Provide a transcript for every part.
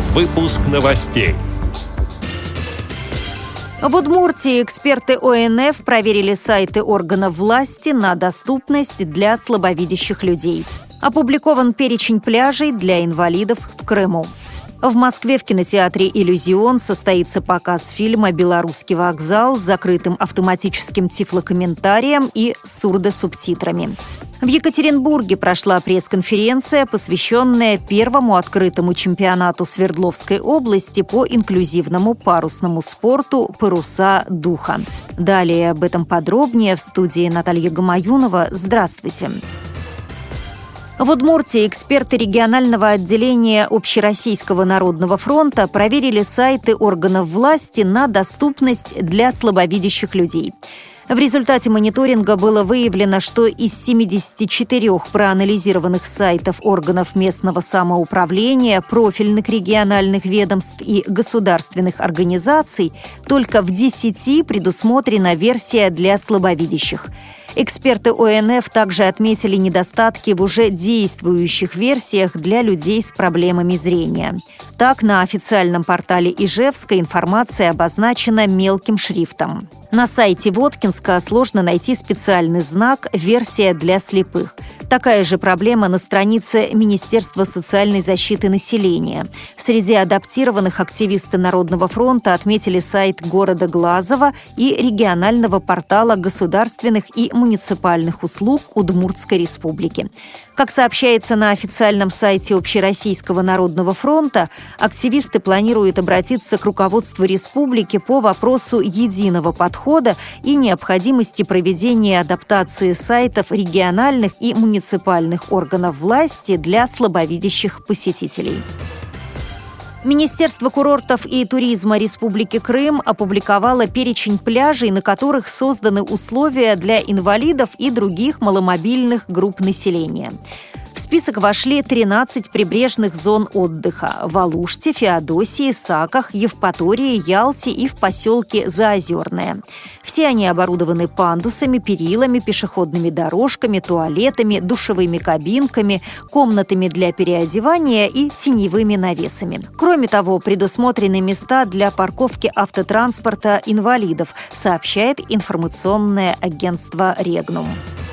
Выпуск новостей. В Удмуртии эксперты ОНФ проверили сайты органов власти на доступность для слабовидящих людей. Опубликован перечень пляжей для инвалидов в Крыму. В Москве в кинотеатре «Иллюзион» состоится показ фильма «Белорусский вокзал» с закрытым автоматическим тифлокомментарием и сурдосубтитрами. В Екатеринбурге прошла пресс-конференция, посвященная первому открытому чемпионату Свердловской области по инклюзивному парусному спорту «Паруса духа». Далее об этом подробнее в студии Наталья Гамаюнова. Здравствуйте. В Удмуртии эксперты регионального отделения Общероссийского народного фронта проверили сайты органов власти на доступность для слабовидящих людей. В результате мониторинга было выявлено, что из 74 проанализированных сайтов органов местного самоуправления, профильных региональных ведомств и государственных организаций только в 10 предусмотрена версия для слабовидящих. Эксперты ОНФ также отметили недостатки в уже действующих версиях для людей с проблемами зрения. Так, на официальном портале Ижевска информация обозначена мелким шрифтом. На сайте Воткинска сложно найти специальный знак «Версия для слепых». Такая же проблема на странице Министерства социальной защиты населения. Среди адаптированных активисты Народного фронта отметили сайт города Глазова и регионального портала государственных и муниципальных услуг Удмуртской республики. Как сообщается на официальном сайте Общероссийского народного фронта, активисты планируют обратиться к руководству республики по вопросу единого подхода и необходимости проведения адаптации сайтов региональных и муниципальных органов власти для слабовидящих посетителей. Министерство курортов и туризма Республики Крым опубликовало перечень пляжей, на которых созданы условия для инвалидов и других маломобильных групп населения. В список вошли 13 прибрежных зон отдыха – в Алуште, Феодосии, Саках, Евпатории, Ялте и в поселке Заозерное. Все они оборудованы пандусами, перилами, пешеходными дорожками, туалетами, душевыми кабинками, комнатами для переодевания и теневыми навесами. Кроме того, предусмотрены места для парковки автотранспорта инвалидов, сообщает информационное агентство «Регнум».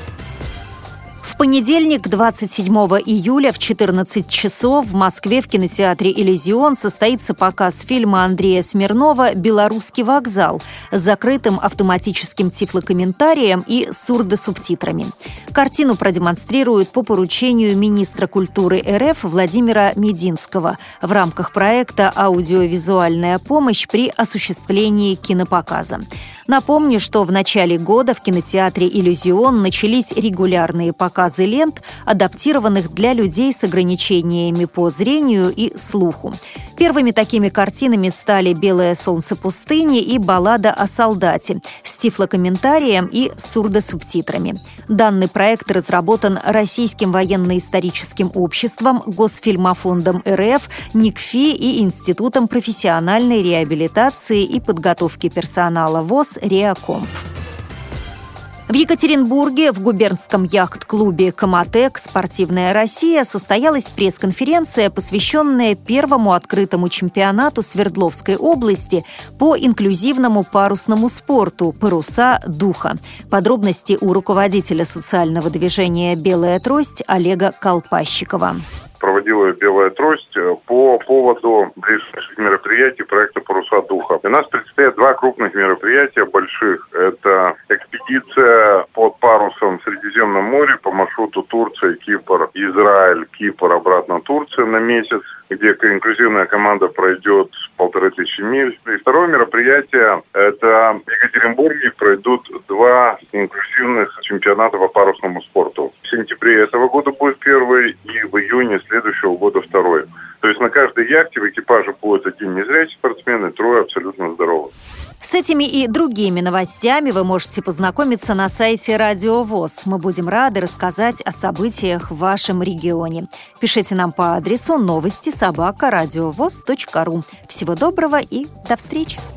В понедельник, 27 июля в 14 часов в Москве в кинотеатре «Иллюзион» состоится показ фильма Андрея Смирнова «Белорусский вокзал» с закрытым автоматическим тифлокомментарием и сурдосубтитрами. Картину продемонстрируют по поручению министра культуры РФ Владимира Мединского в рамках проекта «Аудиовизуальная помощь при осуществлении кинопоказа». Напомню, что в начале года в кинотеатре «Иллюзион» начались регулярные показы лент, адаптированных для людей с ограничениями по зрению и слуху. Первыми такими картинами стали «Белое солнце пустыни» и «Баллада о солдате» с тифлокомментарием и сурдосубтитрами. Данный проект разработан Российским военно-историческим обществом, Госфильмофондом РФ, НИКФИ и Институтом профессиональной реабилитации и подготовки персонала ВОС «Реакомп». В Екатеринбурге в губернском яхт-клубе «Коматек. Спортивная Россия» состоялась пресс-конференция, посвященная первому открытому чемпионату Свердловской области по инклюзивному парусному спорту «Паруса духа». Подробности у руководителя социального движения «Белая трость» Олега Колпащикова. Проводила «Белая трость» по поводу ближайших мероприятий проекта «Паруса духа». У нас предстоят два крупных мероприятия больших. Это экспедиция под парусом в Средиземном море по маршруту Турция, Кипр, Израиль, Кипр, обратно Турция на месяц, где инклюзивная команда пройдет 1500 миль. И второе мероприятие – это в Екатеринбурге пройдут два инклюзивных чемпионата по парусному спорту. В сентябре этого года будет первый, и в июне следующего года второй. То есть на каждой яхте в экипаже будет один незрячий спортсмен и трое абсолютно здоровых. С этими и другими новостями вы можете познакомиться на сайте Радио ВОС. Мы будем рады рассказать о событиях в вашем регионе. Пишите нам по адресу новости@радиовос.ру. Всего доброго и до встречи!